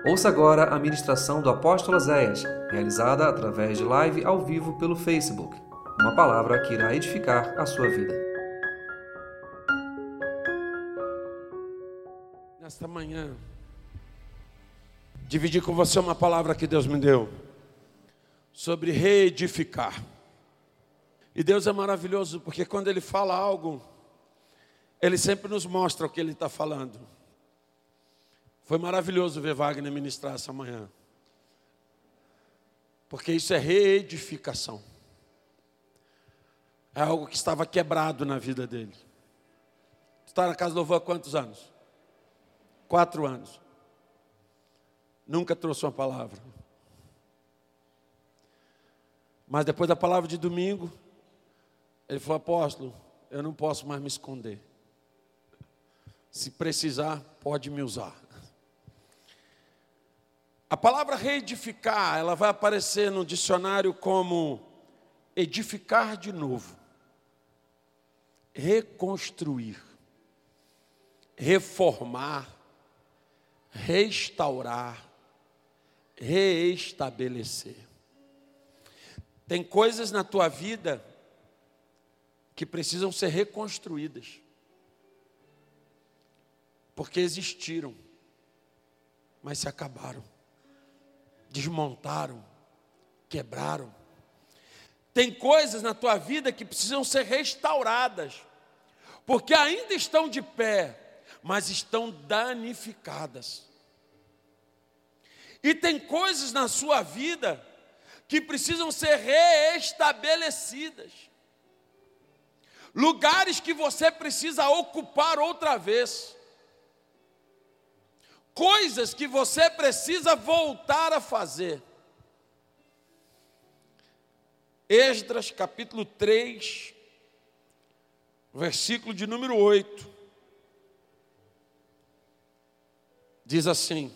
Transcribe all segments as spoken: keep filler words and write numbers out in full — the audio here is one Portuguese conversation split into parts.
Ouça agora a ministração do apóstolo Zéias, realizada através de live ao vivo pelo Facebook. Uma palavra que irá edificar a sua vida. Nesta manhã, dividir com você uma palavra que Deus me deu sobre reedificar. E Deus é maravilhoso porque quando Ele fala algo, Ele sempre nos mostra o que Ele está falando. Foi maravilhoso ver Wagner ministrar essa manhã, porque isso é reedificação. É algo que estava quebrado na vida dele. Tu está na casa do louvor há quantos anos? Quatro anos. Nunca trouxe uma palavra. Mas depois da palavra de domingo, ele falou: apóstolo, eu não posso mais me esconder. Se precisar, pode me usar. A palavra reedificar, ela vai aparecer no dicionário como edificar de novo, reconstruir, reformar, restaurar, reestabelecer. Tem coisas na tua vida que precisam ser reconstruídas, porque existiram, mas se acabaram, desmontaram, quebraram. Tem coisas na tua vida que precisam ser restauradas, porque ainda estão de pé, mas estão danificadas. E tem coisas na sua vida que precisam ser reestabelecidas. Lugares que você precisa ocupar outra vez. Coisas que você precisa voltar a fazer. Esdras capítulo três, versículo de número oito. Diz assim: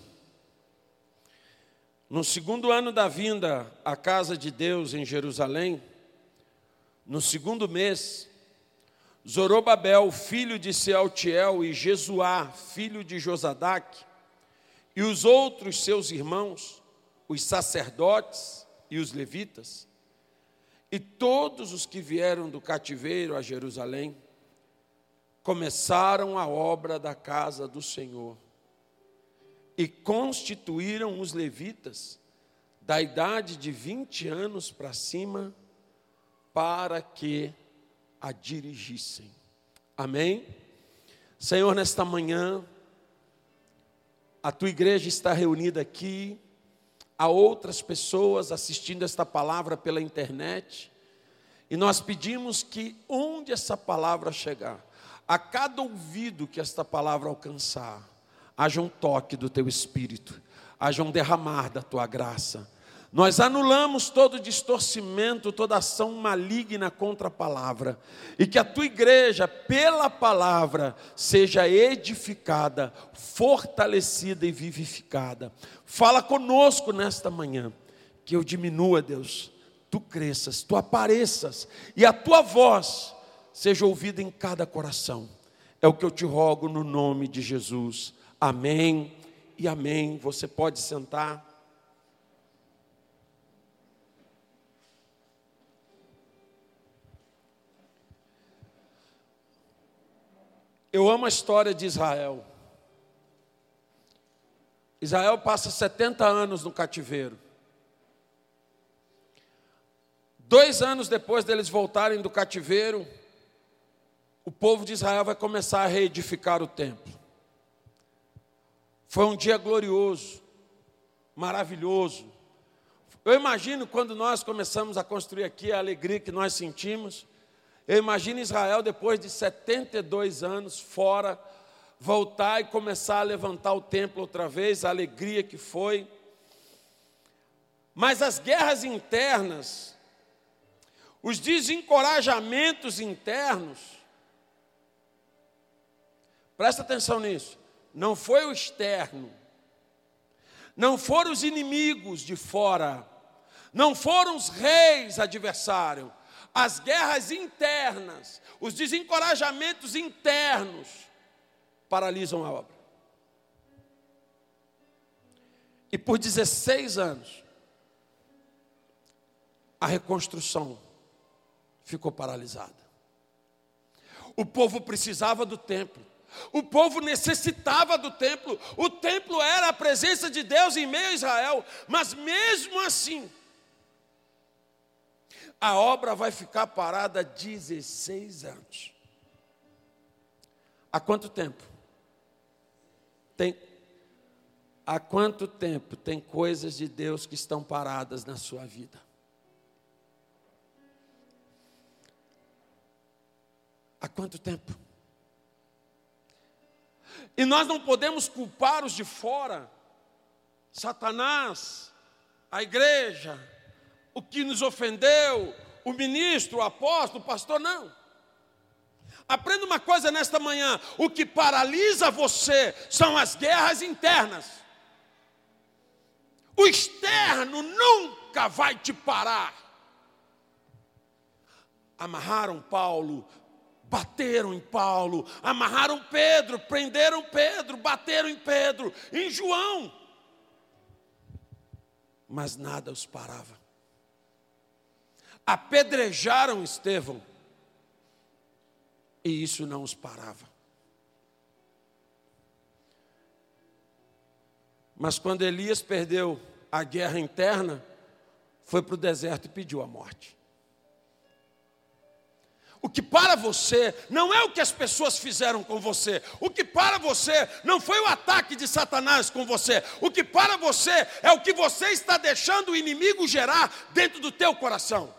no segundo ano da vinda à casa de Deus em Jerusalém, no segundo mês, Zorobabel, filho de Sealtiel, e Jesuá, filho de Josadaque, e os outros seus irmãos, os sacerdotes e os levitas, e todos os que vieram do cativeiro a Jerusalém, começaram a obra da casa do Senhor, e constituíram os levitas da idade de vinte anos para cima, para que a dirigissem. Amém? Senhor, nesta manhã, a tua igreja está reunida aqui, há outras pessoas assistindo esta palavra pela internet, e nós pedimos que onde essa palavra chegar, a cada ouvido que esta palavra alcançar, haja um toque do teu Espírito, haja um derramar da tua graça. Nós anulamos todo distorcimento, toda ação maligna contra a palavra, e que a tua igreja, pela palavra, seja edificada, fortalecida e vivificada. Fala conosco nesta manhã, que eu diminua, Deus, tu cresças, tu apareças, e a tua voz seja ouvida em cada coração. É o que eu te rogo no nome de Jesus. Amém e amém. Você pode sentar. Eu amo a história de Israel. Israel passa setenta anos no cativeiro. Dois anos depois deles voltarem do cativeiro, o povo de Israel vai começar a reedificar o templo. Foi um dia glorioso, maravilhoso. Eu imagino quando nós começamos a construir aqui, a alegria que nós sentimos. Eu imagino Israel, depois de setenta e dois anos fora, voltar e começar a levantar o templo outra vez, a alegria que foi. Mas as guerras internas, os desencorajamentos internos, presta atenção nisso, não foi o externo, não foram os inimigos de fora, não foram os reis adversários, as guerras internas, os desencorajamentos internos paralisam a obra. por dezesseis anos, a reconstrução ficou paralisada. O povo precisava do templo. O povo necessitava do templo. O templo era a presença de Deus em meio a Israel. Mas mesmo assim, a obra vai ficar parada dezesseis anos. Há quanto tempo? Tem, há quanto tempo tem coisas de Deus que estão paradas na sua vida? Há quanto tempo? E nós não podemos culpar os de fora, Satanás, a igreja, o que nos ofendeu, o ministro, o apóstolo, o pastor, não. Aprenda uma coisa nesta manhã: o que paralisa você são as guerras internas. O externo nunca vai te parar. Amarraram Paulo, bateram em Paulo, amarraram Pedro, prenderam Pedro, bateram em Pedro, em João. Mas nada os parava. Apedrejaram Estevão, e isso não os parava. Mas quando Elias perdeu a guerra interna, foi para o deserto e pediu a morte. O que para você não é o que as pessoas fizeram com você. O que para você não foi o ataque de Satanás com você. O que para você é o que você está deixando o inimigo gerar dentro do teu coração.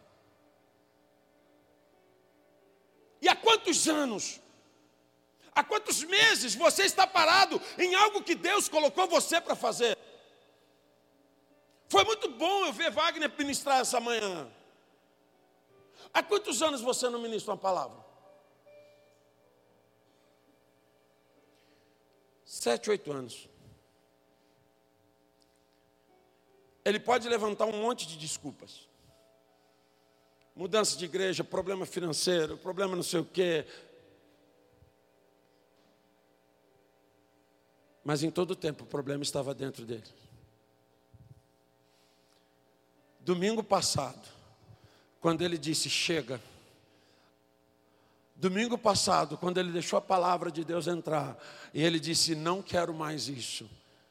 E há quantos anos, há quantos meses você está parado em algo que Deus colocou você para fazer? Foi muito bom eu ver Wagner ministrar essa manhã. Há quantos anos você não ministra uma palavra? Sete, oito anos. Ele pode levantar um monte de desculpas. Mudança de igreja, problema financeiro, problema não sei o quê. Mas em todo o tempo o problema estava dentro dele. Domingo passado, quando ele disse chega. Domingo passado, quando ele deixou a palavra de Deus entrar, e ele disse não quero mais isso.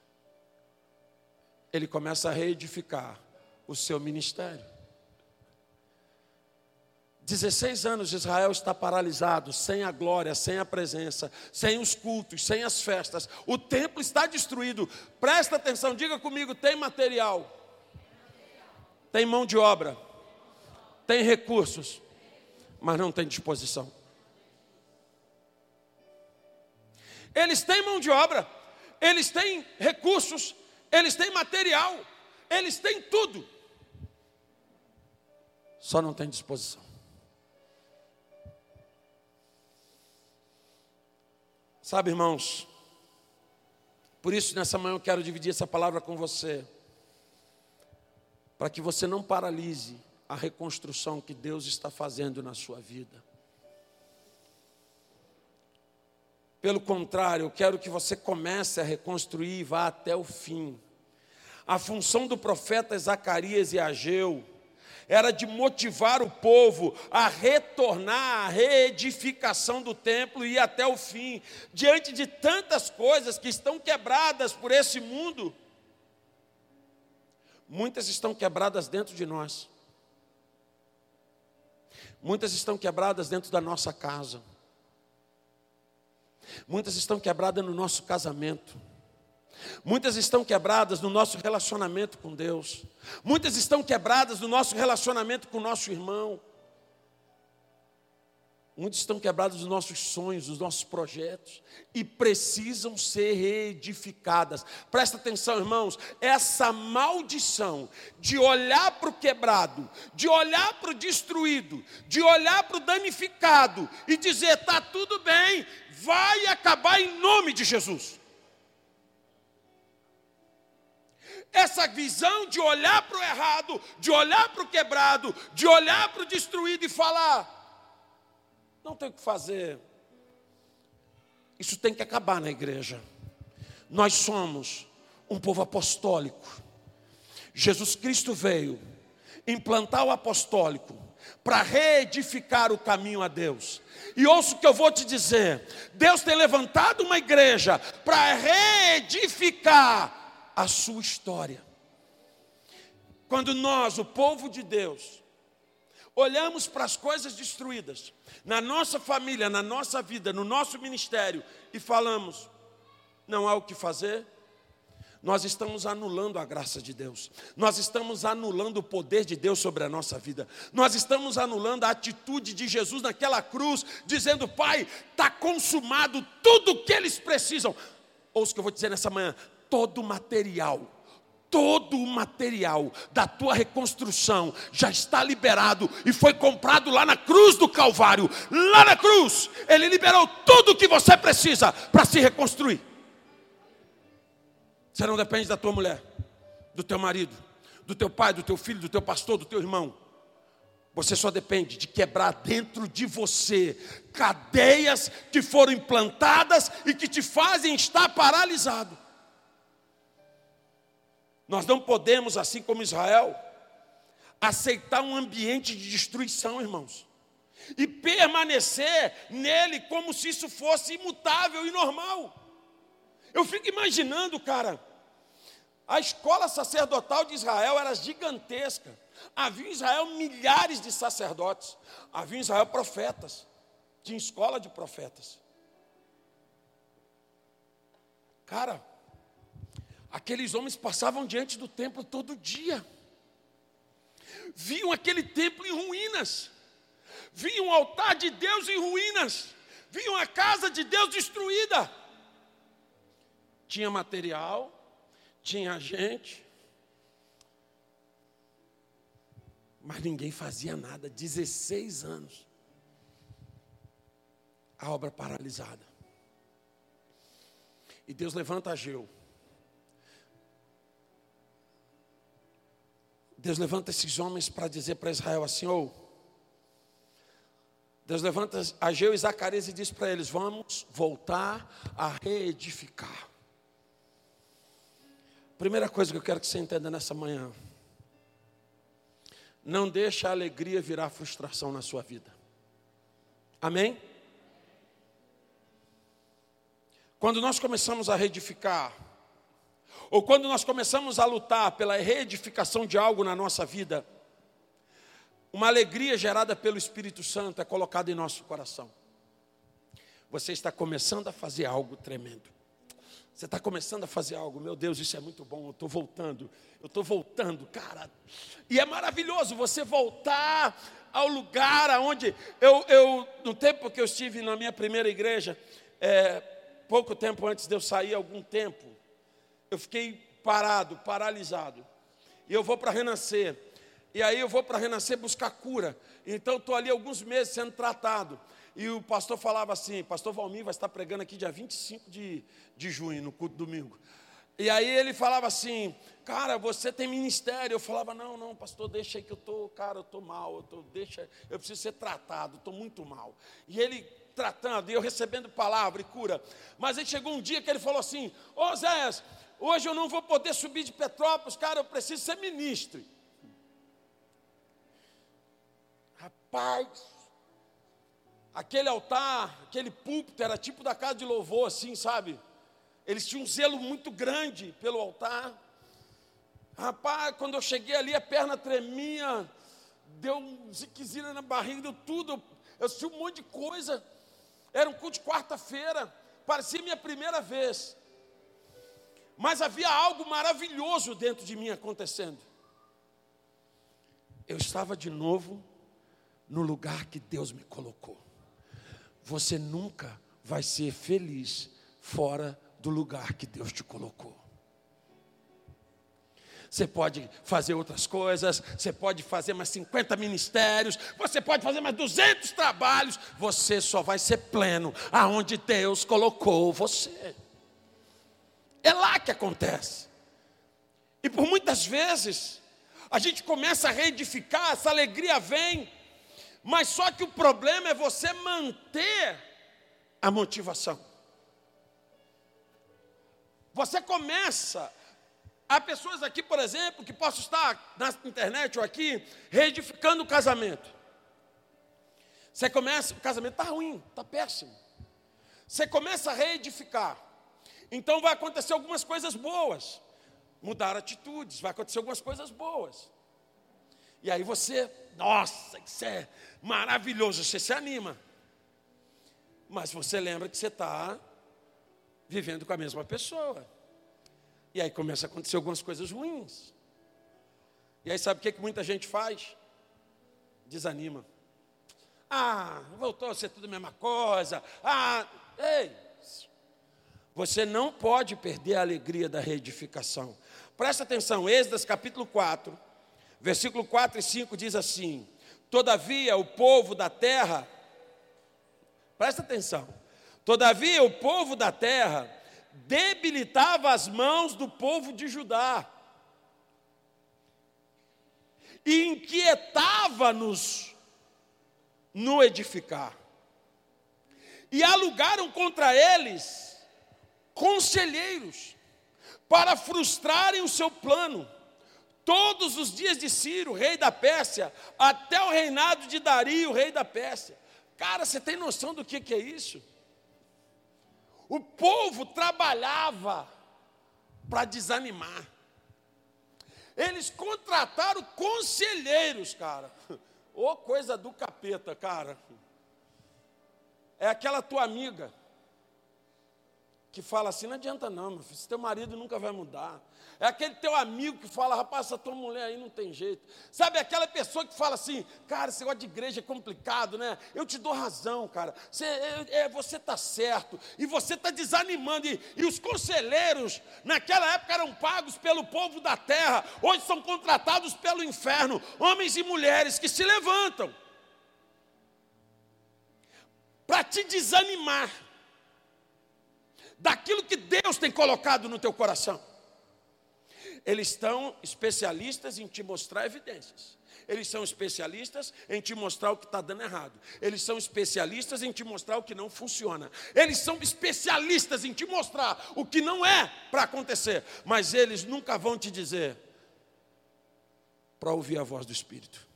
Ele começa a reedificar o seu ministério. dezesseis anos Israel está paralisado, sem a glória, sem a presença, sem os cultos, sem as festas. O templo está destruído. Presta atenção, diga comigo, tem material, tem mão de obra, tem recursos, mas não tem disposição. Eles têm mão de obra, eles têm recursos, eles têm material, eles têm tudo, só não tem disposição. Sabe, irmãos, por isso nessa manhã eu quero dividir essa palavra com você, para que você não paralise a reconstrução que Deus está fazendo na sua vida. Pelo contrário, eu quero que você comece a reconstruir e vá até o fim. A função do profeta Zacarias e Ageu era de motivar o povo a retornar à reedificação do templo e ir até o fim, diante de tantas coisas que estão quebradas por esse mundo. Muitas estão quebradas dentro de nós. Muitas estão quebradas dentro da nossa casa. Muitas estão quebradas no nosso casamento. Muitas estão quebradas no nosso relacionamento com Deus. Muitas estão quebradas no nosso relacionamento com o nosso irmão. Muitas estão quebradas nos nossos sonhos, nos nossos projetos. E precisam ser reedificadas. Presta atenção, irmãos. Essa maldição de olhar para o quebrado, de olhar para o destruído, de olhar para o danificado e dizer, está tudo bem, vai acabar em nome de Jesus. Essa visão de olhar para o errado, de olhar para o quebrado, de olhar para o destruído e falar, não tem o que fazer. Isso tem que acabar na igreja. Nós somos um povo apostólico. Jesus Cristo veio implantar o apostólico para reedificar o caminho a Deus. E ouça o que eu vou te dizer: Deus tem levantado uma igreja para reedificar a sua história. Quando nós, o povo de Deus, olhamos para as coisas destruídas na nossa família, na nossa vida, no nosso ministério, e falamos, não há o que fazer, nós estamos anulando a graça de Deus, nós estamos anulando o poder de Deus sobre a nossa vida, nós estamos anulando a atitude de Jesus naquela cruz, dizendo, Pai, está consumado tudo o que eles precisam. Ouça o que eu vou dizer nessa manhã: todo o material, todo o material da tua reconstrução já está liberado e foi comprado lá na cruz do Calvário. Lá na cruz, Ele liberou tudo o que você precisa para se reconstruir. Você não depende da tua mulher, do teu marido, do teu pai, do teu filho, do teu pastor, do teu irmão. Você só depende de quebrar dentro de você cadeias que foram implantadas e que te fazem estar paralisado. Nós não podemos, assim como Israel, aceitar um ambiente de destruição, irmãos, e permanecer nele como se isso fosse imutável e normal. Eu fico imaginando, cara, a escola sacerdotal de Israel era gigantesca. Havia em Israel milhares de sacerdotes. Havia em Israel profetas. Tinha escola de profetas. Cara, aqueles homens passavam diante do templo todo dia. Viam aquele templo em ruínas. Viam o altar de Deus em ruínas. Viam a casa de Deus destruída. Tinha material, tinha gente, mas ninguém fazia nada. dezesseis anos, a obra paralisada. E Deus levanta Ageu. Deus levanta esses homens para dizer para Israel assim, oh, Deus levanta Ageu e Zacarias e diz para eles, vamos voltar a reedificar. Primeira coisa que eu quero que você entenda nessa manhã: não deixe a alegria virar frustração na sua vida. Amém? Quando nós começamos a reedificar, ou quando nós começamos a lutar pela reedificação de algo na nossa vida, uma alegria gerada pelo Espírito Santo é colocada em nosso coração. Você está começando a fazer algo tremendo. Você está começando a fazer algo, meu Deus, isso é muito bom, eu estou voltando, eu estou voltando, cara. E é maravilhoso você voltar ao lugar onde, eu, eu, no tempo que eu estive na minha primeira igreja, é, pouco tempo antes de eu sair, algum tempo, eu fiquei parado, paralisado. E eu vou para Renascer, e aí eu vou para Renascer buscar cura. Então estou ali alguns meses sendo tratado. E o pastor falava assim, pastor Valmir vai estar pregando aqui dia vinte e cinco de, de junho, no culto domingo. E aí ele falava assim, cara, você tem ministério. Eu falava, não, não, pastor, deixa aí que eu estou, cara, eu estou mal, eu, tô, deixa, eu preciso ser tratado, estou muito mal. E ele tratando, e eu recebendo palavra e cura. Mas aí chegou um dia que ele falou assim, ô oh, Zéias, hoje eu não vou poder subir de Petrópolis, cara, eu preciso ser ministro. Rapaz, aquele altar, aquele púlpito era tipo da casa de louvor, assim, sabe? Eles tinham um zelo muito grande pelo altar. Rapaz, quando eu cheguei ali, a perna tremia, deu um ziquezira na barriga, deu tudo. Eu assisti um monte de coisa. Era um culto de quarta-feira, parecia minha primeira vez. Mas havia algo maravilhoso dentro de mim acontecendo. Eu estava de novo no lugar que Deus me colocou. Você nunca vai ser feliz fora do lugar que Deus te colocou. Você pode fazer outras coisas, você pode fazer mais cinquenta ministérios, você pode fazer mais duzentos trabalhos, você só vai ser pleno aonde Deus colocou você. É lá que acontece. E por muitas vezes, a gente começa a reedificar, essa alegria vem, mas só que o problema é você manter a motivação. Você começa Há pessoas aqui, por exemplo, que possam estar na internet ou aqui, reedificando o casamento. Você começa, o casamento está ruim, está péssimo. Você começa a reedificar. Então vai acontecer algumas coisas boas. Mudar atitudes, vai acontecer algumas coisas boas. E aí você, nossa, isso é maravilhoso, você se anima. Mas você lembra que você está vivendo com a mesma pessoa. E aí começa a acontecer algumas coisas ruins. E aí sabe o que, que muita gente faz? Desanima. Ah, voltou a ser tudo a mesma coisa. Ah, ei, você não pode perder a alegria da reedificação. Presta atenção, Êxodo capítulo quatro, versículo quatro e cinco diz assim: todavia o povo da terra, presta atenção, todavia o povo da terra debilitava as mãos do povo de Judá e inquietava-nos no edificar. E alugaram contra eles conselheiros para frustrarem o seu plano. Todos os dias de Ciro, rei da Pérsia, até o reinado de Dario, rei da Pérsia. Cara, você tem noção do que, que é isso? O povo trabalhava para desanimar. Eles contrataram conselheiros, cara. Ô, coisa do capeta, cara. É aquela tua amiga que fala assim: não adianta não, meu filho, esse teu marido nunca vai mudar. É aquele teu amigo que fala: rapaz, essa tua mulher aí não tem jeito. Sabe aquela pessoa que fala assim: cara, esse negócio de igreja é complicado, né? Eu te dou razão, cara. Você é, você está certo. E você está desanimando. E, e os conselheiros, naquela época, eram pagos pelo povo da terra. Hoje são contratados pelo inferno. Homens e mulheres que se levantam para te desanimar daquilo que Deus tem colocado no teu coração. Eles estão especialistas em te mostrar evidências. Eles são especialistas em te mostrar o que está dando errado. Eles são especialistas em te mostrar o que não funciona. Eles são especialistas em te mostrar o que não é para acontecer. Mas eles nunca vão te dizer para ouvir a voz do Espírito.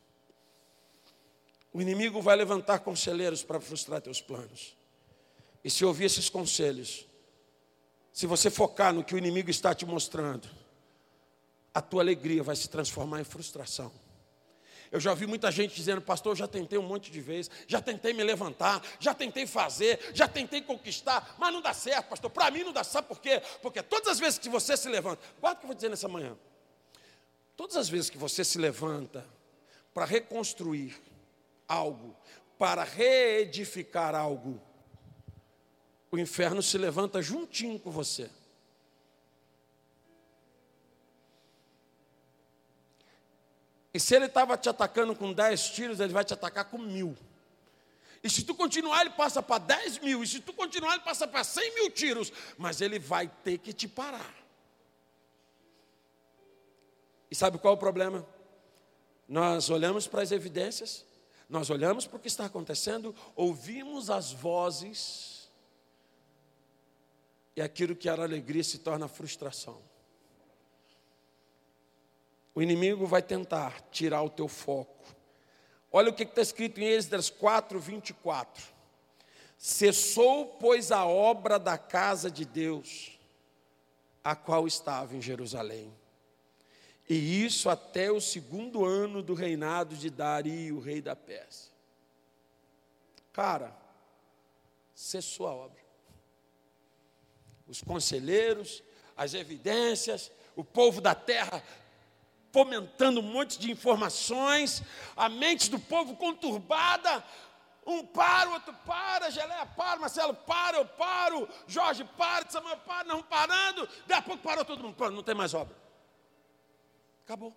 O inimigo vai levantar conselheiros para frustrar teus planos. E se ouvir esses conselhos, se você focar no que o inimigo está te mostrando, a tua alegria vai se transformar em frustração. Eu já ouvi muita gente dizendo: pastor, eu já tentei um monte de vezes, já tentei me levantar, já tentei fazer, já tentei conquistar, mas não dá certo, pastor. Para mim não dá, sabe por quê? Porque todas as vezes que você se levanta, guarda o que eu vou dizer nessa manhã, todas as vezes que você se levanta para reconstruir algo, para reedificar algo, o inferno se levanta juntinho com você. E se ele estava te atacando com dez tiros, ele vai te atacar com mil. E se tu continuar, ele passa para dez mil. E se tu continuar, ele passa para cem mil tiros. Mas ele vai ter que te parar. E sabe qual é o problema? Nós olhamos para as evidências, nós olhamos para o que está acontecendo, ouvimos as vozes, e aquilo que era alegria se torna frustração. O inimigo vai tentar tirar o teu foco. Olha o que está escrito em Êxodo quatro, vinte e quatro. Cessou, pois, a obra da casa de Deus, a qual estava em Jerusalém. E isso até o segundo ano do reinado de Dario, rei da Pérsia. Cara, cessou a obra. Os conselheiros, as evidências, o povo da terra fomentando um monte de informações, a mente do povo conturbada, um para, o outro para, Geleia para, Marcelo para, eu paro, Jorge para, Samuel para, não parando, daqui a pouco parou todo mundo, pronto, não tem mais obra. Acabou.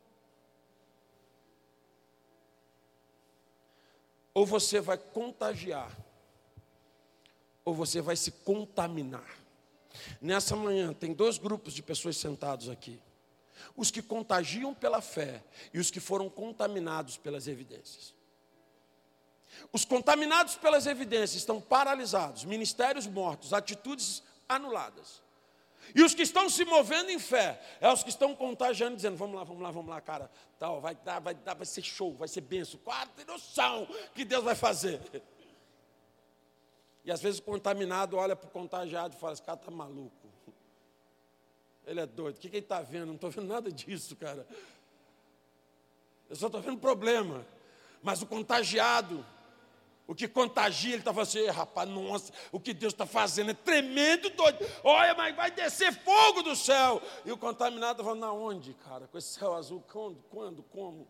Ou você vai contagiar, ou você vai se contaminar. Nessa manhã tem dois grupos de pessoas sentados aqui. Os que contagiam pela fé e os que foram contaminados pelas evidências. Os contaminados pelas evidências estão paralisados, ministérios mortos, atitudes anuladas. E os que estão se movendo em fé, é os que estão contagiando, dizendo, vamos lá, vamos lá, vamos lá, cara, tal, vai dar, vai dar, vai ser show, vai ser benção, quase tem noção que Deus vai fazer. E às vezes o contaminado olha para o contagiado e fala, esse cara está maluco. Ele é doido, o que, que ele está vendo? Não estou vendo nada disso, cara. Eu só estou vendo problema. Mas o contagiado, o que contagia, ele está falando assim, rapaz, nossa, o que Deus está fazendo é tremendo, doido. Olha, mas vai descer fogo do céu. E o contaminado está falando, na onde, cara? Com esse céu azul, quando, quando, como?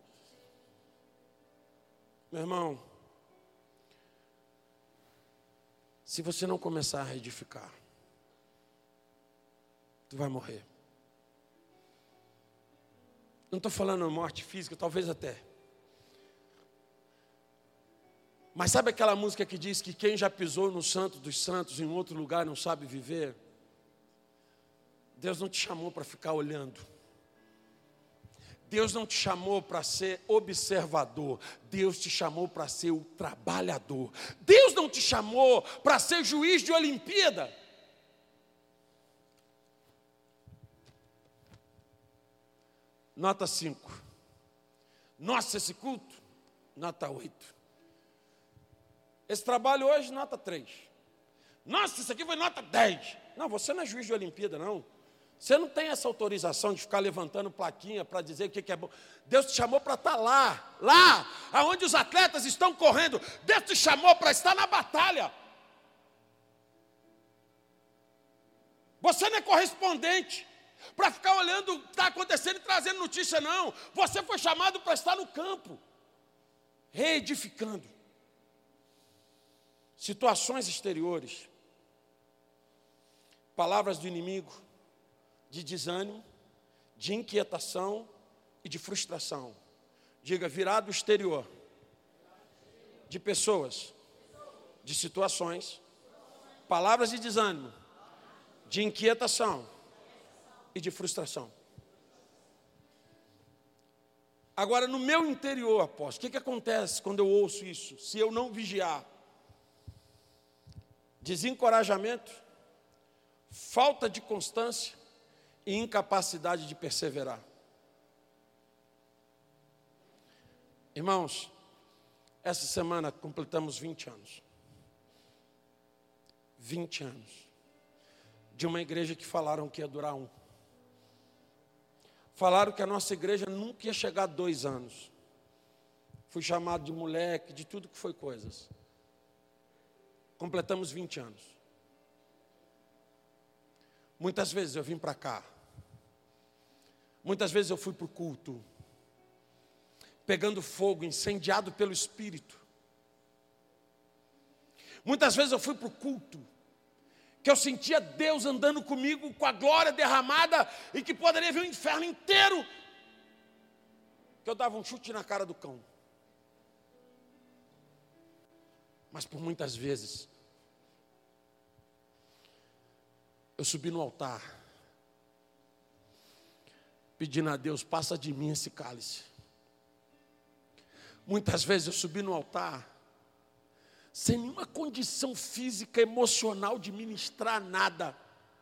Meu irmão, se você não começar a reedificar, tu vai morrer. Não estou falando morte física, talvez até. Mas sabe aquela música que diz que quem já pisou no santo dos santos em outro lugar não sabe viver? Deus não te chamou para ficar olhando. Deus não te chamou para ser observador. Deus te chamou para ser o trabalhador. Deus não te chamou para ser juiz de Olimpíada. Nota cinco. Nossa, esse culto? Nota oito. Esse trabalho hoje, nota três. Nossa, isso aqui foi nota dez. Não, você não é juiz de Olimpíada, não. Você não tem essa autorização de ficar levantando plaquinha para dizer o que é bom. Deus te chamou para estar lá, lá, aonde os atletas estão correndo. Deus te chamou para estar na batalha. Você não é correspondente para ficar olhando o que está acontecendo e trazendo notícia, não. Você foi chamado para estar no campo, reedificando. Situações exteriores, palavras do inimigo, de desânimo, de inquietação e de frustração. Diga, virado exterior, de pessoas, de situações, palavras de desânimo, de inquietação e de frustração. Agora, no meu interior, apóstolo, o que, que acontece quando eu ouço isso? Se eu não vigiar? Desencorajamento, falta de constância e incapacidade de perseverar. Irmãos, essa semana completamos vinte anos. vinte anos. De uma igreja que falaram que ia durar um. Falaram que a nossa igreja nunca ia chegar a dois anos. Fui chamado de moleque, de tudo que foi coisas. Completamos vinte anos. Muitas vezes eu vim para cá. Muitas vezes eu fui para o culto. Pegando fogo, incendiado pelo Espírito. Muitas vezes eu fui para o culto. Que eu sentia Deus andando comigo com a glória derramada. E que poderia vir o inferno inteiro. Que eu dava um chute na cara do cão. Mas por muitas vezes eu subi no altar, pedindo a Deus, passa de mim esse cálice. Muitas vezes eu subi no altar, sem nenhuma condição física, emocional de ministrar nada.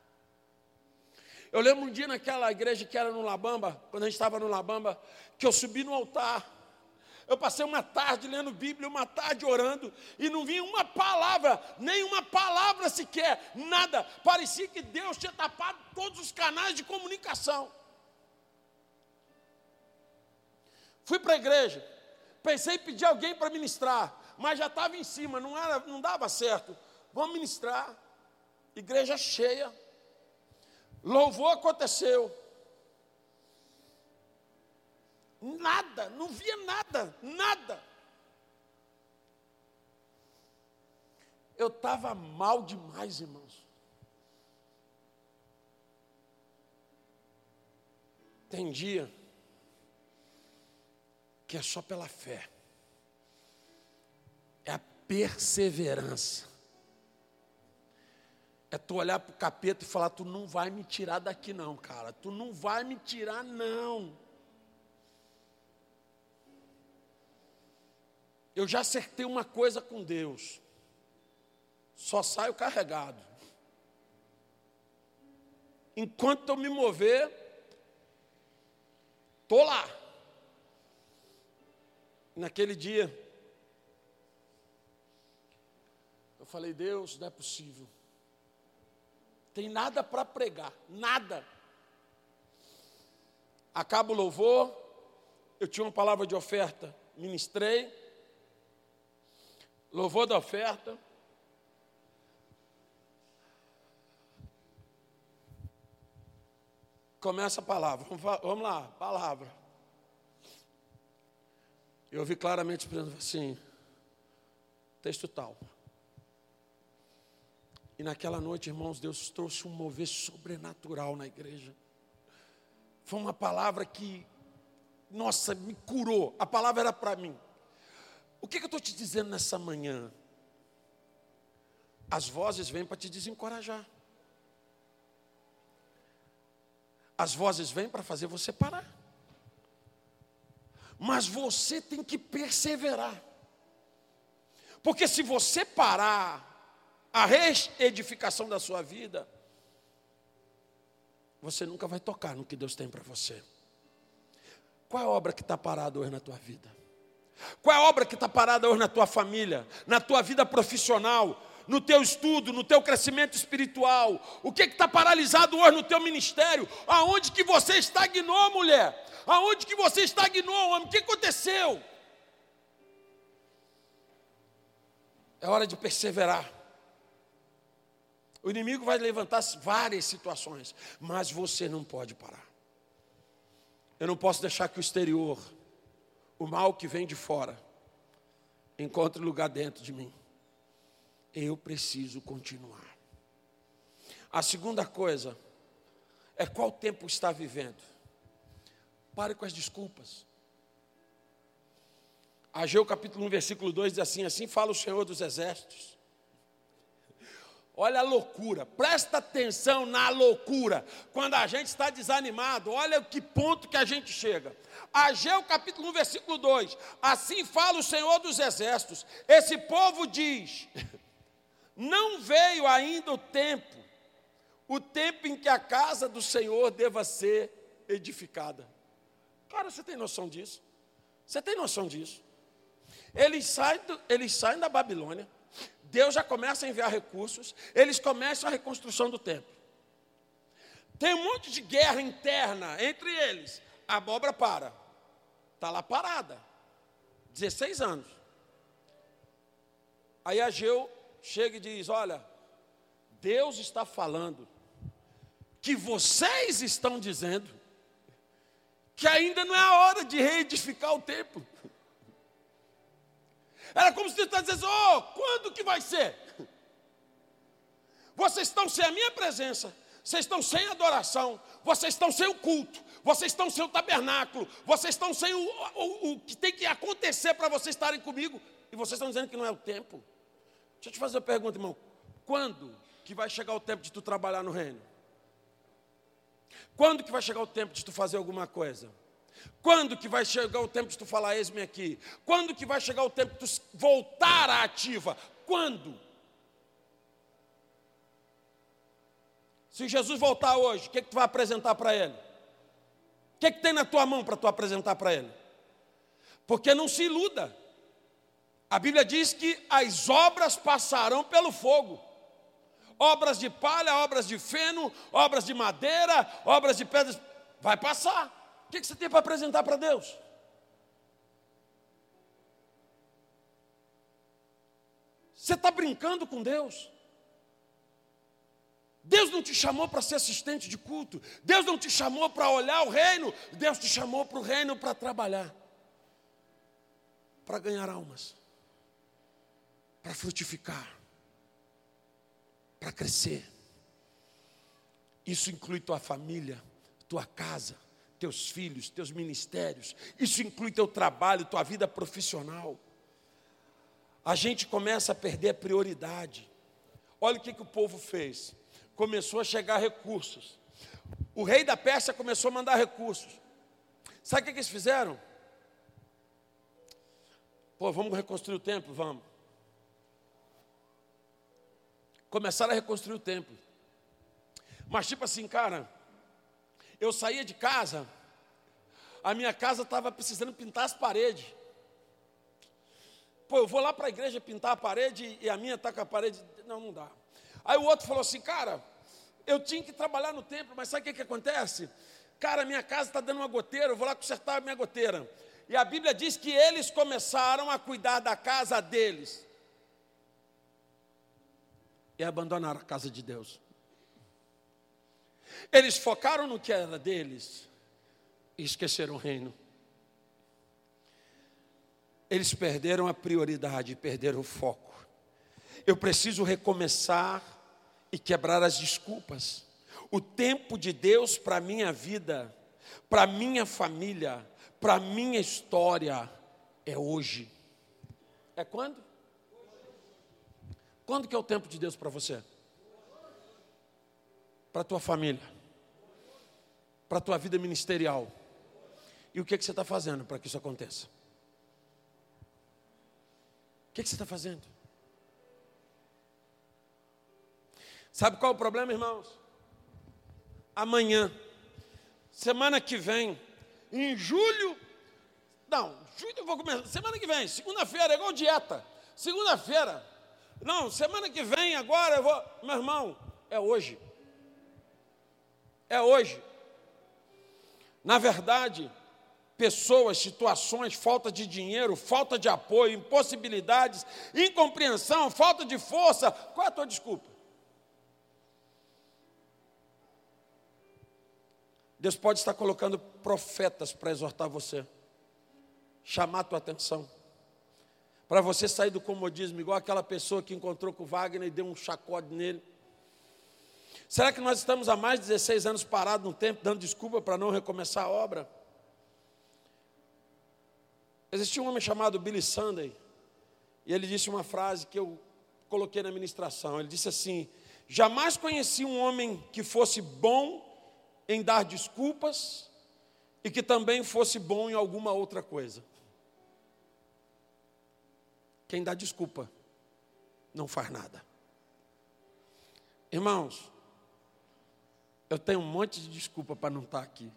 Eu lembro um dia naquela igreja que era no Labamba, quando a gente estava no Labamba, que eu subi no altar. Eu passei uma tarde lendo Bíblia, uma tarde orando, e não vinha uma palavra, nem uma palavra sequer, nada. Parecia que Deus tinha tapado todos os canais de comunicação. Fui para a igreja, pensei em pedir alguém para ministrar, mas já estava em cima, não, era, não dava certo. Vamos ministrar, igreja cheia, louvor aconteceu. Nada, não via nada, nada. Eu estava mal demais, irmãos. Tem dia que é só pela fé. É a perseverança. É tu olhar para o capeta e falar, tu não vai me tirar daqui não, cara. Tu não vai me tirar não. Eu já acertei uma coisa com Deus. Só saio carregado. enquanto eu me mover, estou lá. Naquele dia, eu falei, Deus, não é possível. Tem nada para pregar, nada. Acaba o louvor, eu tinha uma palavra de oferta, ministrei. Louvor da oferta. Começa a palavra, vamos lá, palavra. Eu ouvi claramente dizendo assim, texto tal. E naquela noite, irmãos, Deus trouxe um mover sobrenatural na igreja. Foi uma palavra que, nossa, me curou. A palavra era para mim. O que, que eu estou te dizendo nessa manhã? As vozes vêm para te desencorajar. As vozes vêm para fazer você parar. Mas você tem que perseverar. Porque se você parar a reedificação da sua vida, você nunca vai tocar no que Deus tem para você. Qual é a obra que está parada hoje na tua vida? Qual é a obra que está parada hoje na tua família, na tua vida profissional, no teu estudo, no teu crescimento espiritual? O que está paralisado hoje no teu ministério? Aonde que você estagnou, mulher? Aonde que você estagnou, homem? O que aconteceu? É hora de perseverar. O inimigo vai levantar várias situações, mas você não pode parar. Eu não posso deixar que o exterior, o mal que vem de fora, encontre lugar dentro de mim. Eu preciso continuar. A segunda coisa é qual tempo está vivendo. Pare com as desculpas. Ageu capítulo um, versículo dois diz assim, assim fala o Senhor dos Exércitos. Olha a loucura, presta atenção na loucura. Quando a gente está desanimado, olha que ponto que a gente chega. Ageu capítulo um, versículo dois. Assim fala o Senhor dos Exércitos. Esse povo diz, não veio ainda o tempo, o tempo em que a casa do Senhor deva ser edificada. Cara, você tem noção disso? Você tem noção disso? Eles saem, do, eles saem da Babilônia. Deus já começa a enviar recursos, eles começam a reconstrução do templo. Tem um monte de guerra interna entre eles. A abóbora para. Está lá parada. dezesseis anos. Aí Ageu chega e diz, olha, Deus está falando que vocês estão dizendo que ainda não é a hora de reedificar o templo. Era como se Deus estivesse dizendo, oh, quando que vai ser? Vocês estão sem a minha presença, vocês estão sem adoração, vocês estão sem o culto, vocês estão sem o tabernáculo, vocês estão sem o, o, o que tem que acontecer para vocês estarem comigo, e vocês estão dizendo que não é o tempo. Deixa eu te fazer uma pergunta, irmão. Quando que vai chegar o tempo de tu trabalhar no reino? Quando que vai chegar o tempo de tu fazer alguma coisa? Quando que vai chegar o tempo de tu falar, eis-me aqui? Quando que vai chegar o tempo de tu voltar à ativa? Quando? Se Jesus voltar hoje, o que, que tu vai apresentar para ele? O que, que tem na tua mão para tu apresentar para ele? Porque não se iluda. A Bíblia diz que as obras passarão pelo fogo. Obras de palha, obras de feno, obras de madeira, obras de pedras. Vai passar. O que você tem para apresentar para Deus? Você está brincando com Deus? Deus não te chamou para ser assistente de culto. Deus não te chamou para olhar o reino. Deus te chamou para o reino para trabalhar. Para ganhar almas. Para frutificar. Para crescer. Isso inclui tua família, tua casa, teus filhos, teus ministérios. Isso inclui teu trabalho, tua vida profissional. A gente começa a perder a prioridade. Olha o que, que o povo fez. Começou a chegar recursos. O rei da Pérsia começou a mandar recursos. Sabe o que, que eles fizeram? Pô, vamos reconstruir o templo? Vamos. Começaram a reconstruir o templo. Mas tipo assim, cara, eu saía de casa, a minha casa estava precisando pintar as paredes. Pô, eu vou lá para a igreja pintar a parede e a minha está com a parede. Não, não dá. Aí o outro falou assim, cara, eu tinha que trabalhar no templo, mas sabe o que, que acontece? Cara, minha casa está dando uma goteira, eu vou lá consertar a minha goteira. E a Bíblia diz que eles começaram a cuidar da casa deles. E abandonaram a casa de Deus. Eles focaram no que era deles e esqueceram o reino. Eles perderam a prioridade, perderam o foco. Eu preciso recomeçar e quebrar as desculpas. O tempo de Deus para a minha vida, para a minha família, para a minha história é hoje. É quando? Quando que é o tempo de Deus para você? Para a tua família, para a tua vida ministerial. E o que, que você está fazendo para que isso aconteça? O que, que você está fazendo? Sabe qual é o problema, irmãos? Amanhã, semana que vem, em julho, não, julho eu vou começar, semana que vem, segunda-feira, é igual dieta, segunda-feira, não, semana que vem, agora eu vou, meu irmão, é hoje, é hoje. Na verdade, pessoas, situações, falta de dinheiro, falta de apoio, impossibilidades, incompreensão, falta de força, qual é a tua desculpa? Deus pode estar colocando profetas para exortar você, chamar a tua atenção, para você sair do comodismo, igual aquela pessoa que encontrou com o Wagner e deu um chacode nele. Será que nós estamos há mais de dezesseis anos parados no tempo, dando desculpa para não recomeçar a obra? Existia um homem chamado Billy Sunday, e ele disse uma frase que eu coloquei na ministração. Ele disse assim: jamais conheci um homem que fosse bom em dar desculpas e que também fosse bom em alguma outra coisa. Quem dá desculpa não faz nada. Irmãos, eu tenho um monte de desculpa para não estar aqui.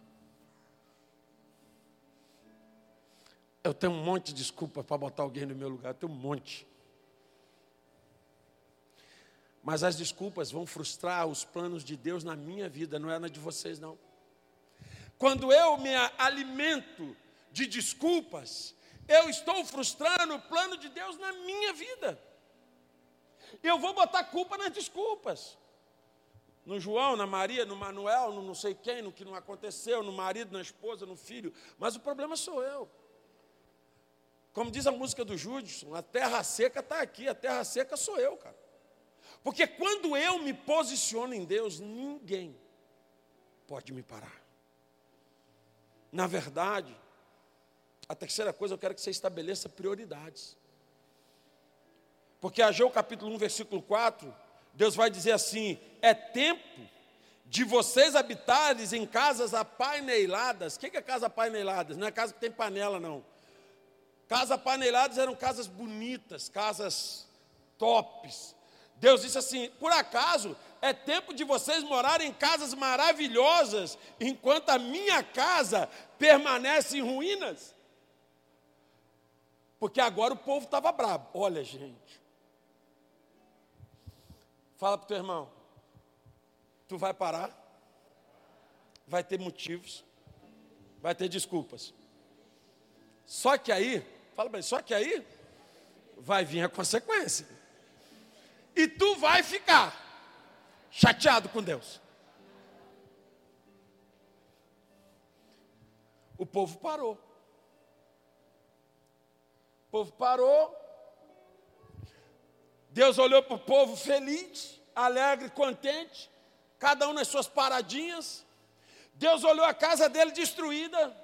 Eu tenho um monte de desculpa para botar alguém no meu lugar, eu tenho um monte. Mas as desculpas vão frustrar os planos de Deus na minha vida, não é na de vocês, não. Quando eu me alimento de desculpas, eu estou frustrando o plano de Deus na minha vida. Eu vou botar culpa nas desculpas. No João, na Maria, no Manuel, no não sei quem, no que não aconteceu, no marido, na esposa, no filho. Mas o problema sou eu. Como diz a música do Judson, a terra seca está aqui, a terra seca sou eu, cara. Porque quando eu me posiciono em Deus, ninguém pode me parar. Na verdade, a terceira coisa, eu quero que você estabeleça prioridades. Porque Ageu capítulo um, versículo quatro, Deus vai dizer assim: é tempo de vocês habitarem em casas apaineladas. O que é casa apaineladas? Não é casa que tem panela, não. Casas apaineladas eram casas bonitas, casas tops. Deus disse assim: por acaso é tempo de vocês morarem em casas maravilhosas, enquanto a minha casa permanece em ruínas? Porque agora o povo estava bravo. Olha, gente, fala para o teu irmão, tu vai parar, vai ter motivos, vai ter desculpas. Só que aí, fala bem, só que aí vai vir a consequência. E tu vai ficar chateado com Deus. O povo parou. O povo parou. Deus olhou para o povo feliz, alegre, contente, cada um nas suas paradinhas. Deus olhou a casa dele destruída.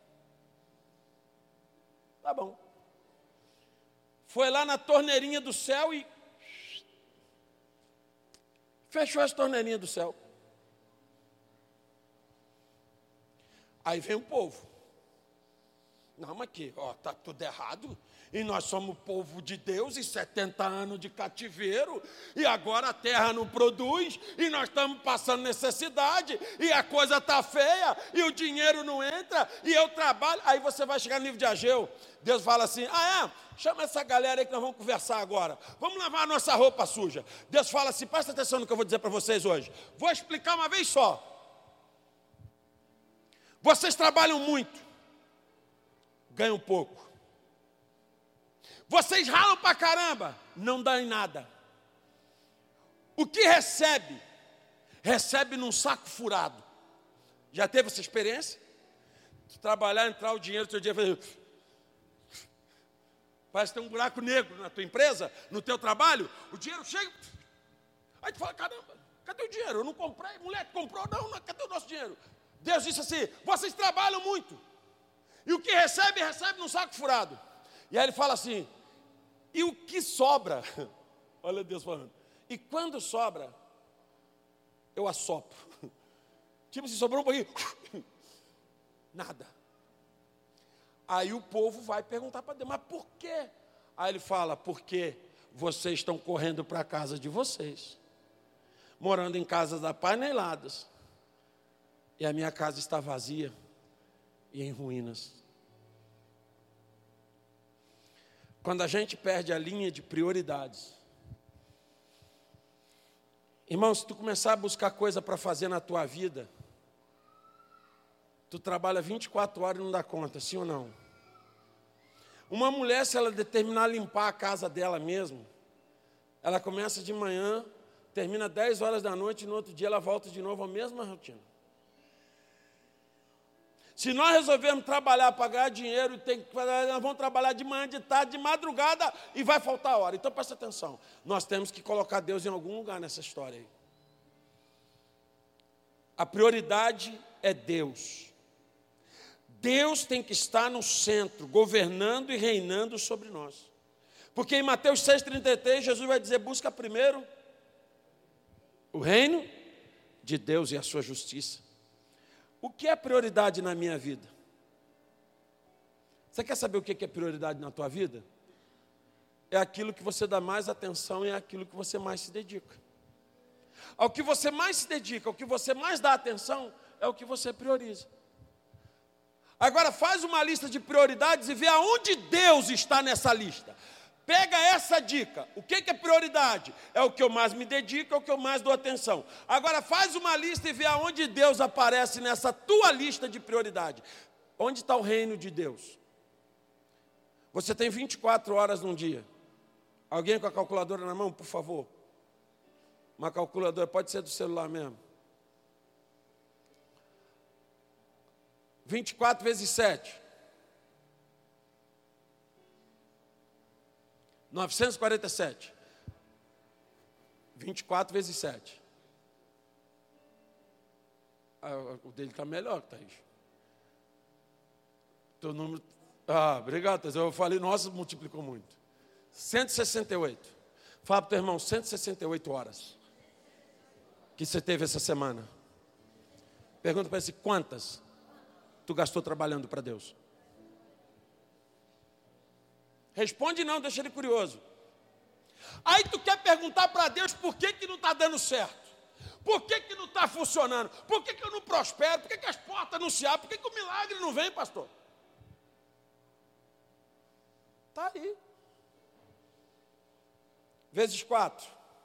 Tá bom. Foi lá na torneirinha do céu e fechou as torneirinhas do céu. Aí vem o povo. Não, mas que, ó, tá tudo errado. E nós somos povo de Deus e setenta anos de cativeiro, e agora a terra não produz, e nós estamos passando necessidade, e a coisa está feia, e o dinheiro não entra, e eu trabalho. Aí você vai chegar no livro de Ageu, Deus fala assim: ah é? Chama essa galera aí que nós vamos conversar agora. Vamos lavar a nossa roupa suja. Deus fala assim: presta atenção no que eu vou dizer para vocês hoje. Vou explicar uma vez só. Vocês trabalham muito, ganham pouco. Vocês ralam pra caramba, não dão em nada. O que recebe, recebe num saco furado. Já teve essa experiência? Trabalhar, entrar o dinheiro, seu dia fazer... Parece que tem um buraco negro na tua empresa, no teu trabalho, o dinheiro chega... Aí tu fala: caramba, cadê o dinheiro? Eu não comprei, mulher comprou, não, não, cadê o nosso dinheiro? Deus disse assim: vocês trabalham muito, e o que recebe, recebe num saco furado. E aí ele fala assim: e o que sobra? Olha Deus falando. E quando sobra, eu assopro. Tipo, se sobrou um pouquinho, nada. Aí o povo vai perguntar para Deus: mas por quê? Aí ele fala: porque vocês estão correndo para a casa de vocês, morando em casas apaineladas, e a minha casa está vazia e em ruínas. Quando a gente perde a linha de prioridades, irmão, se tu começar a buscar coisa para fazer na tua vida, tu trabalha vinte e quatro horas e não dá conta, sim ou não? Uma mulher, se ela determinar limpar a casa dela mesmo, ela começa de manhã, termina dez horas da noite, e no outro dia ela volta de novo à mesma rotina. Se nós resolvermos trabalhar para ganhar dinheiro, tem que, nós vamos trabalhar de manhã, de tarde, de madrugada, e vai faltar hora. Então presta atenção, nós temos que colocar Deus em algum lugar nessa história aí. A prioridade é Deus. Deus tem que estar no centro, governando e reinando sobre nós. Porque em Mateus seis, trinta e três, Jesus vai dizer: busca primeiro o reino de Deus e a sua justiça. O que é prioridade na minha vida? Você quer saber o que é prioridade na tua vida? É aquilo que você dá mais atenção e é aquilo que você mais se dedica. Ao que você mais se dedica, ao que você mais dá atenção, é o que você prioriza. Agora faz uma lista de prioridades e vê aonde Deus está nessa lista. Pega essa dica: o que é prioridade? É o que eu mais me dedico, é o que eu mais dou atenção. Agora faz uma lista e vê aonde Deus aparece nessa tua lista de prioridade. Onde está o reino de Deus? Você tem vinte e quatro horas num dia. Alguém com a calculadora na mão, por favor? Uma calculadora, pode ser do celular mesmo. vinte e quatro vezes sete. novecentos e quarenta e sete. vinte e quatro vezes sete. Ah, o dele está melhor, Thaís. Teu número... Ah, obrigado, Thaís. Eu falei, nossa, multiplicou muito. cento e sessenta e oito. Fala para o teu irmão: cento e sessenta e oito horas que você teve essa semana. Pergunta para ele: quantas tu gastou trabalhando para Deus? Responde não, deixa ele curioso. Aí tu quer perguntar para Deus por que, que não está dando certo. Por que, que não está funcionando? Por que, que eu não prospero? Por que, que as portas não se abrem? Por que, que o milagre não vem, pastor? Está aí. Vezes quatro.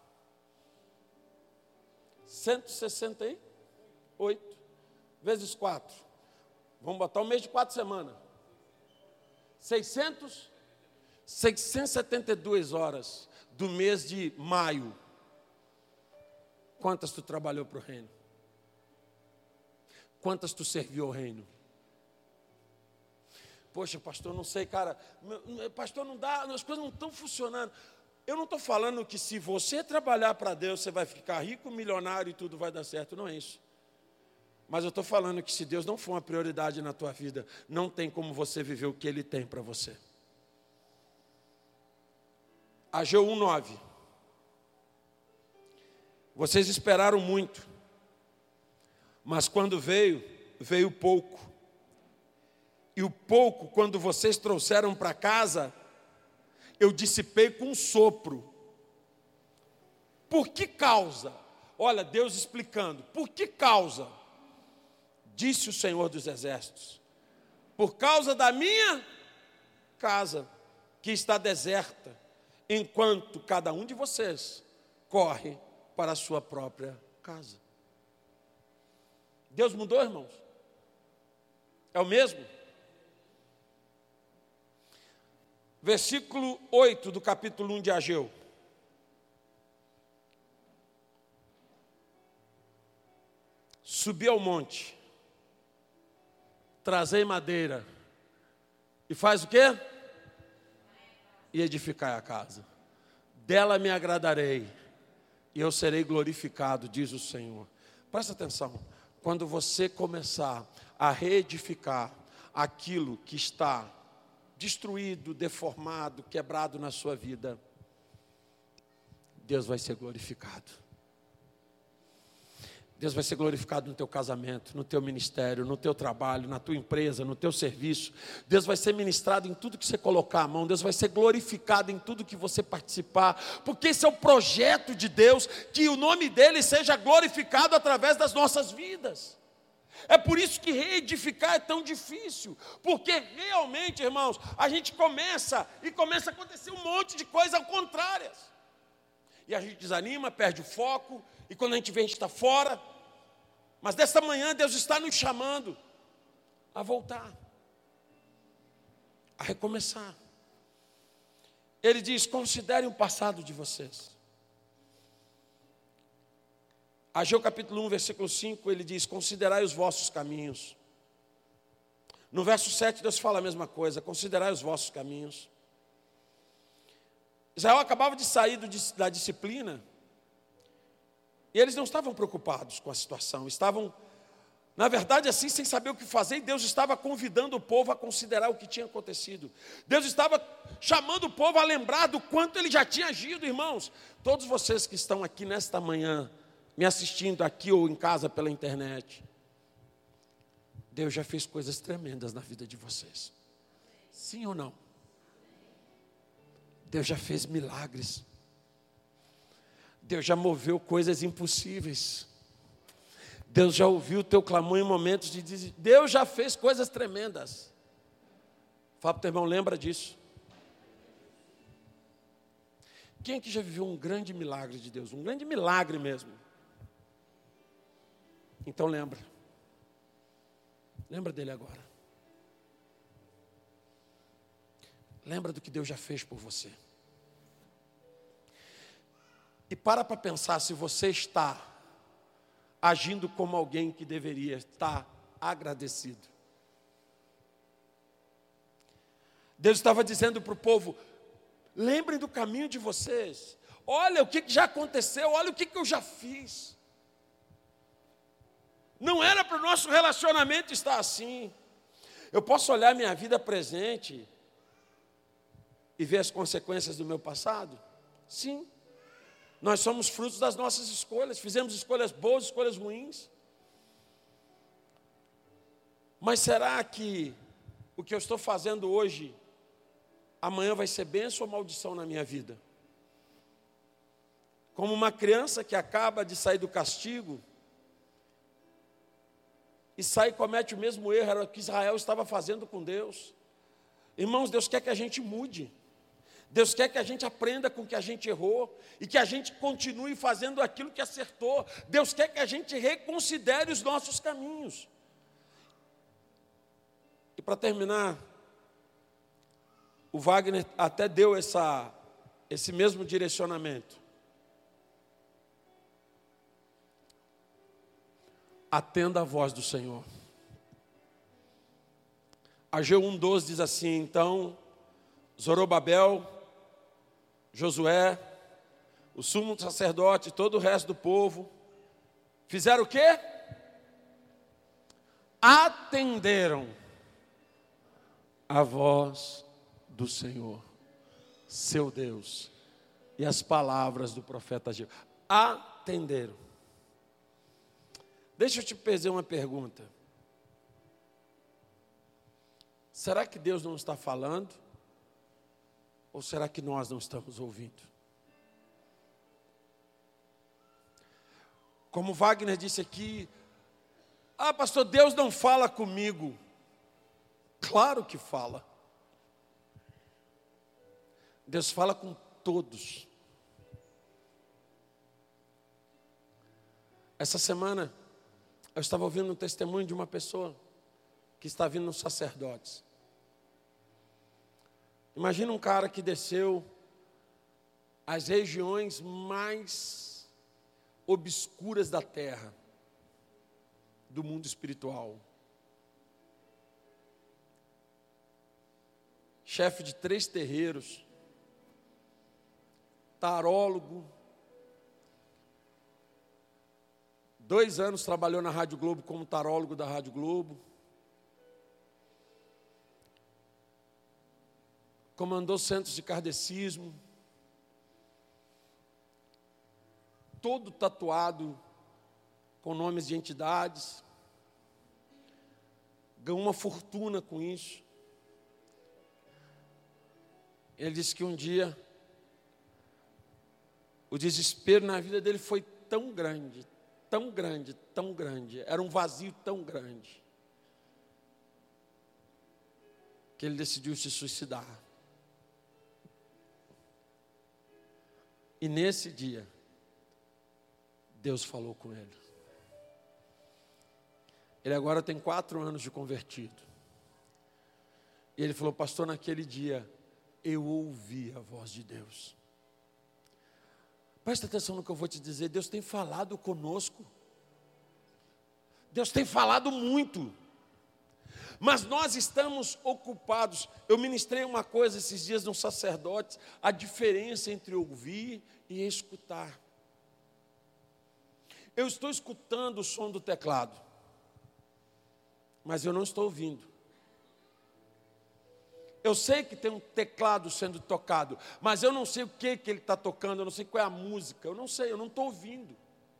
cento e sessenta e oito. Vezes quatro. Vamos botar um mês de quatro semanas. seiscentos... seiscentos e setenta e duas horas do mês de maio. Quantas tu trabalhou para o reino? Quantas tu serviu ao reino? Poxa, pastor, não sei, cara. Pastor, não dá, as coisas não estão funcionando. Eu não estou falando que se você trabalhar para Deus, você vai ficar rico, milionário e tudo vai dar certo. Não é isso. Mas eu estou falando que se Deus não for uma prioridade na tua vida, não tem como você viver o que Ele tem para você. Ageu um, nove. Vocês esperaram muito, mas quando veio, veio pouco. e o pouco, quando vocês trouxeram para casa, eu dissipei com um sopro. Por que causa? Olha, Deus explicando. Por que causa? Disse o Senhor dos Exércitos. Por causa da minha casa, que está deserta, enquanto cada um de vocês corre para a sua própria casa. Deus mudou, irmãos? É o mesmo? Versículo oito do capítulo um de Ageu. Subi ao monte, trazei madeira, e faz o quê? E edificai a casa. Dela me agradarei, e eu serei glorificado, diz o Senhor. Presta atenção, quando você começar a reedificar aquilo que está destruído, deformado, quebrado na sua vida, Deus vai ser glorificado. Deus vai ser glorificado no teu casamento, no teu ministério, no teu trabalho, na tua empresa, no teu serviço. Deus vai ser ministrado em tudo que você colocar a mão. Deus vai ser glorificado em tudo que você participar. Porque esse é o projeto de Deus, que o nome dele seja glorificado através das nossas vidas. É por isso que reedificar é tão difícil. Porque realmente, irmãos, a gente começa e começa a acontecer um monte de coisas contrárias. E a gente desanima, perde o foco. E quando a gente vê, a gente está fora. Mas desta manhã Deus está nos chamando a voltar, a recomeçar. Ele diz: considerem o passado de vocês. Ageu capítulo um, versículo cinco, ele diz: considerai os vossos caminhos. No verso sete, Deus fala a mesma coisa: considerai os vossos caminhos. Israel acabava de sair do, da disciplina. E eles não estavam preocupados com a situação, estavam, na verdade, assim, sem saber o que fazer. E Deus estava convidando o povo a considerar o que tinha acontecido. Deus estava chamando o povo a lembrar do quanto ele já tinha agido, irmãos. Todos vocês que estão aqui nesta manhã, me assistindo aqui ou em casa pela internet, Deus já fez coisas tremendas na vida de vocês. Sim ou não? Deus já fez milagres. Deus já moveu coisas impossíveis. Deus já ouviu o teu clamor em momentos de desespero. Deus já fez coisas tremendas. Fala para o teu irmão, lembra disso. Quem aqui já viveu um grande milagre de Deus? Um grande milagre mesmo. Então lembra. Lembra dele agora. Lembra do que Deus já fez por você. E para para pensar se você está agindo como alguém que deveria estar agradecido. Deus estava dizendo para o povo: lembrem do caminho de vocês. Olha o que já aconteceu, olha o que eu já fiz. Não era para o nosso relacionamento estar assim. Eu posso olhar minha vida presente e ver as consequências do meu passado? Sim. Nós somos frutos das nossas escolhas. Fizemos escolhas boas, escolhas ruins. Mas será que o que eu estou fazendo hoje, amanhã vai ser bênção ou maldição na minha vida? Como uma criança que acaba de sair do castigo e sai e comete o mesmo erro, era o que Israel estava fazendo com Deus. Irmãos, Deus quer que a gente mude. Deus quer que a gente aprenda com o que a gente errou e que a gente continue fazendo aquilo que acertou. Deus quer que a gente reconsidere os nossos caminhos. E para terminar, o Wagner até deu essa, esse mesmo direcionamento. Atenda a voz do Senhor. Ageu um, doze diz assim: então Zorobabel, Josué, o sumo sacerdote e todo o resto do povo fizeram o quê? Atenderam a voz do Senhor, seu Deus, e as palavras do profeta Ageu. Atenderam. Deixa eu te fazer uma pergunta. Será que Deus não está falando? Ou será que nós não estamos ouvindo? Como Wagner disse aqui, ah, pastor, Deus não fala comigo. Claro que fala. Deus fala com todos. Essa semana, eu estava ouvindo um testemunho de uma pessoa que está vindo nos sacerdotes. Imagina um cara que desceu às regiões mais obscuras da terra, do mundo espiritual. Chefe de três terreiros, tarólogo, dois anos trabalhou na Rádio Globo como tarólogo da Rádio Globo, comandou centros de kardecismo, todo tatuado com nomes de entidades, ganhou uma fortuna com isso. Ele disse que um dia o desespero na vida dele foi tão grande, tão grande, tão grande, era um vazio tão grande, que ele decidiu se suicidar. E nesse dia, Deus falou com ele. Ele agora tem quatro anos de convertido. E ele falou, pastor, naquele dia, eu ouvi a voz de Deus. Presta atenção no que eu vou te dizer. Deus tem falado conosco. Deus tem falado muito. Mas nós estamos ocupados. Eu ministrei uma coisa esses dias nos sacerdotes, a diferença entre ouvir e escutar. Eu estou escutando o som do teclado, mas eu não estou ouvindo. Eu sei que tem um teclado sendo tocado, mas eu não sei o que, que ele está tocando, eu não sei qual é a música, eu não sei, eu não estou ouvindo.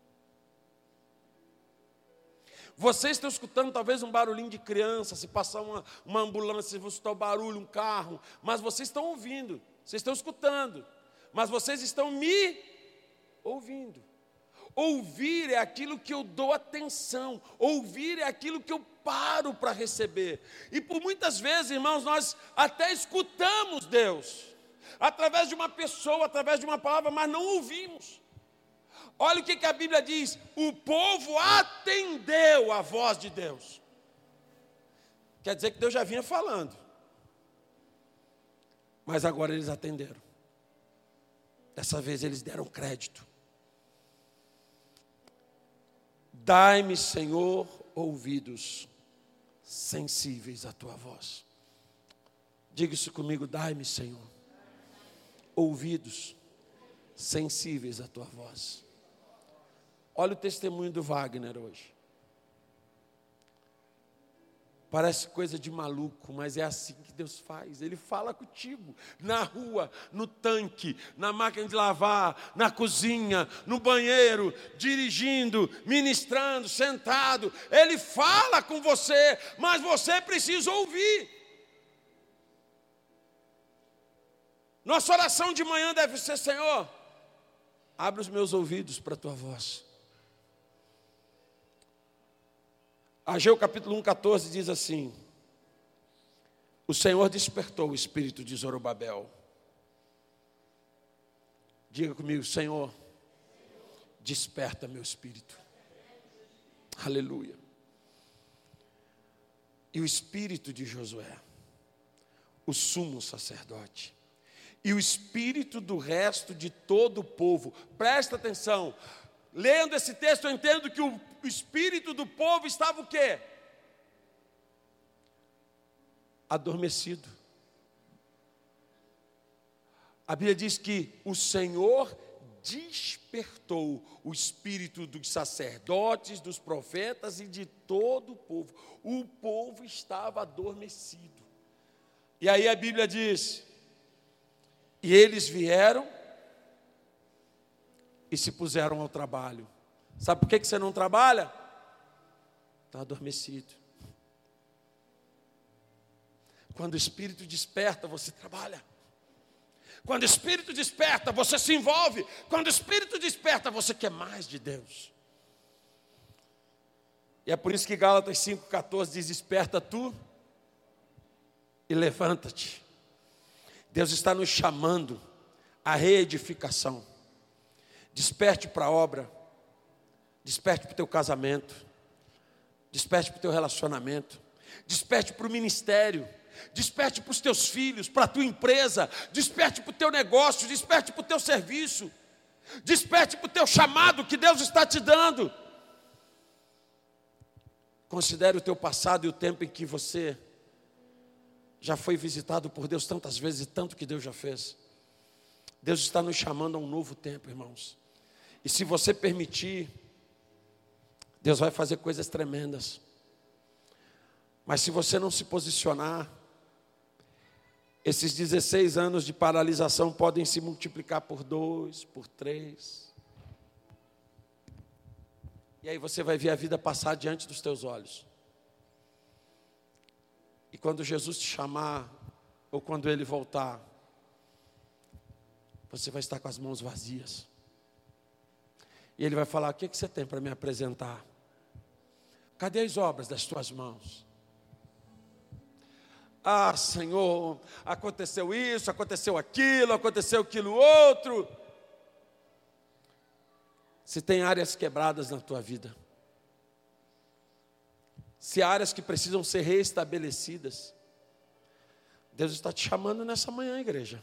Vocês estão escutando talvez um barulhinho de criança, se passar uma, uma ambulância, se você escutar o barulho, um carro, mas vocês estão ouvindo, vocês estão escutando, mas vocês estão me ouvindo. Ouvir é aquilo que eu dou atenção, ouvir é aquilo que eu paro para receber. E por muitas vezes, irmãos, nós até escutamos Deus, através de uma pessoa, através de uma palavra, mas não ouvimos. Olha o que, que a Bíblia diz, o povo atendeu a voz de Deus. Quer dizer que Deus já vinha falando, mas agora eles atenderam. Dessa vez eles deram crédito. Dai-me, Senhor, ouvidos sensíveis à tua voz. Diga isso comigo, dai-me, Senhor, ouvidos sensíveis à tua voz. Olha o testemunho do Wagner hoje. Parece coisa de maluco, mas é assim que Deus faz. Ele fala contigo, na rua, no tanque, na máquina de lavar, na cozinha, no banheiro, dirigindo, ministrando, sentado. Ele fala com você, mas você precisa ouvir. Nossa oração de manhã deve ser, Senhor, abre os meus ouvidos para a tua voz. Ageu capítulo um, catorze diz assim: o Senhor despertou o espírito de Zorobabel. Diga comigo, Senhor, desperta meu espírito. Aleluia. E o espírito de Josué, o sumo sacerdote, e o espírito do resto de todo o povo. Presta atenção. Lendo esse texto, eu entendo que o espírito do povo estava o quê? Adormecido. A Bíblia diz que o Senhor despertou o espírito dos sacerdotes, dos profetas e de todo o povo. O povo estava adormecido. E aí a Bíblia diz: e eles vieram e se puseram ao trabalho. Sabe por que que você não trabalha? Está adormecido. Quando o Espírito desperta, você trabalha. Quando o Espírito desperta, você se envolve. Quando o Espírito desperta, você quer mais de Deus. E é por isso que Gálatas cinco, quatorze diz: desperta tu e levanta-te. Deus está nos chamando à reedificação. Desperte para a obra. Desperte para o teu casamento. Desperte para o teu relacionamento. Desperte para o ministério. Desperte para os teus filhos, para a tua empresa. Desperte para o teu negócio. Desperte para o teu serviço. Desperte para o teu chamado que Deus está te dando. Considere o teu passado e o tempo em que você já foi visitado por Deus tantas vezes e tanto que Deus já fez. Deus está nos chamando a um novo tempo, irmãos. E se você permitir, Deus vai fazer coisas tremendas. Mas se você não se posicionar, esses dezesseis anos de paralisação podem se multiplicar por dois, por três. E aí você vai ver a vida passar diante dos teus olhos. E quando Jesus te chamar, ou quando Ele voltar, você vai estar com as mãos vazias. E Ele vai falar: o que, que você tem para me apresentar? Cadê as obras das tuas mãos? Ah, Senhor, aconteceu isso, aconteceu aquilo, aconteceu aquilo outro. Se tem áreas quebradas na tua vida, se há áreas que precisam ser reestabelecidas, Deus está te chamando nessa manhã, igreja.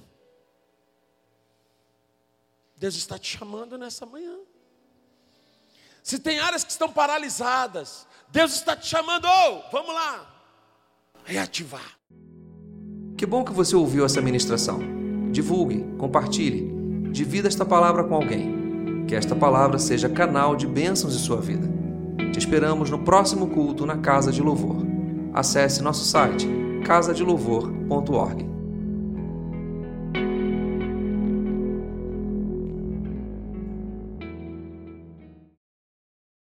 Deus está te chamando nessa manhã. Se tem áreas que estão paralisadas, Deus está te chamando, oh, vamos lá, reativar. Que bom que você ouviu essa ministração. Divulgue, compartilhe, divida esta palavra com alguém. Que esta palavra seja canal de bênçãos em sua vida. Te esperamos no próximo culto na Casa de Louvor. Acesse nosso site casa de louvor ponto org.